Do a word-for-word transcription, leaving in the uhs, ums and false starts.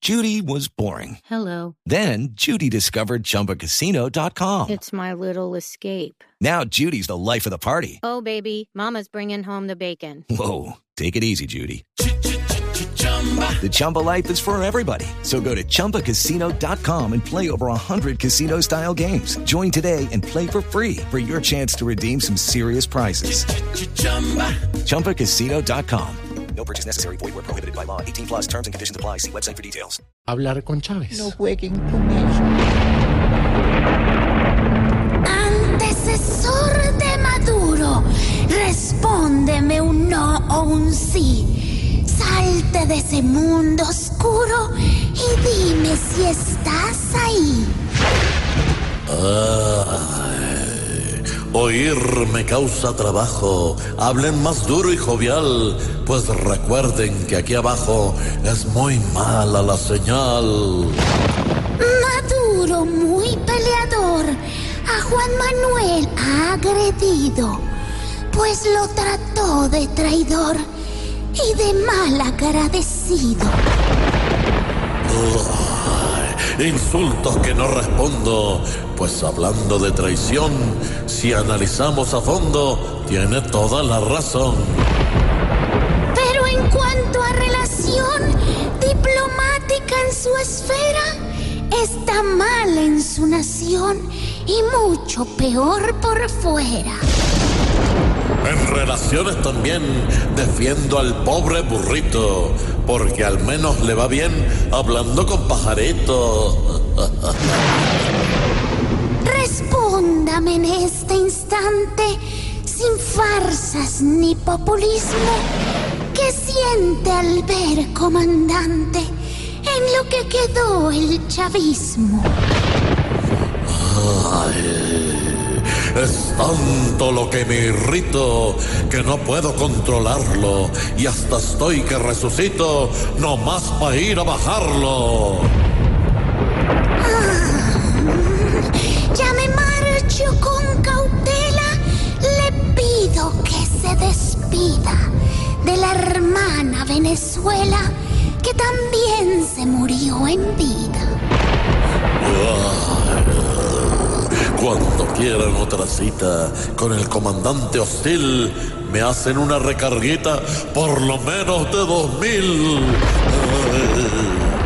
Judy was boring. Hello. Then Judy discovered Chumba Casino dot com. It's my little escape. Now Judy's the life of the party. Oh, baby, mama's bringing home the bacon. Whoa, take it easy, Judy. The Chumba life is for everybody. So go to Chumba Casino dot com and play over one hundred casino-style games. Join today and play for free for your chance to redeem some serious prizes. Chumba Casino dot com. No purchase necessary. Void where prohibited by law. eighteen plus terms and conditions apply. See website for details. Hablar con Chávez. No jueguen con eso. Antecesor de Maduro, respóndeme un no o un sí. Salte de ese mundo oscuro y dime si estás ahí. Ay, oír me causa trabajo. Hablen más duro y jovial, pues recuerden que aquí abajo es muy mala la señal. Maduro, muy peleador, a Juan Manuel ha agredido, pues lo trató de traidor y de mal agradecido. Ay, insultos que no respondo, pues hablando de traición, si analizamos a fondo, tiene toda la razón. Pero en cuanto a relación diplomática en su esfera, está mal en su nación y mucho peor por fuera. En relaciones también defiendo al pobre burrito, porque al menos le va bien hablando con pajarito. Respóndame en este instante, sin farsas ni populismo, ¿qué siente al ver, comandante, en lo que quedó el chavismo? Ay, es tanto lo que me irrito que no puedo controlarlo y hasta estoy que resucito nomás para ir a bajarlo. Ah, ya me marcho con cautela, le pido que se despida de la hermana Venezuela que también se murió en vida. Cuando quieran otra cita con el comandante hostil, me hacen una recarguita por lo menos de dos mil.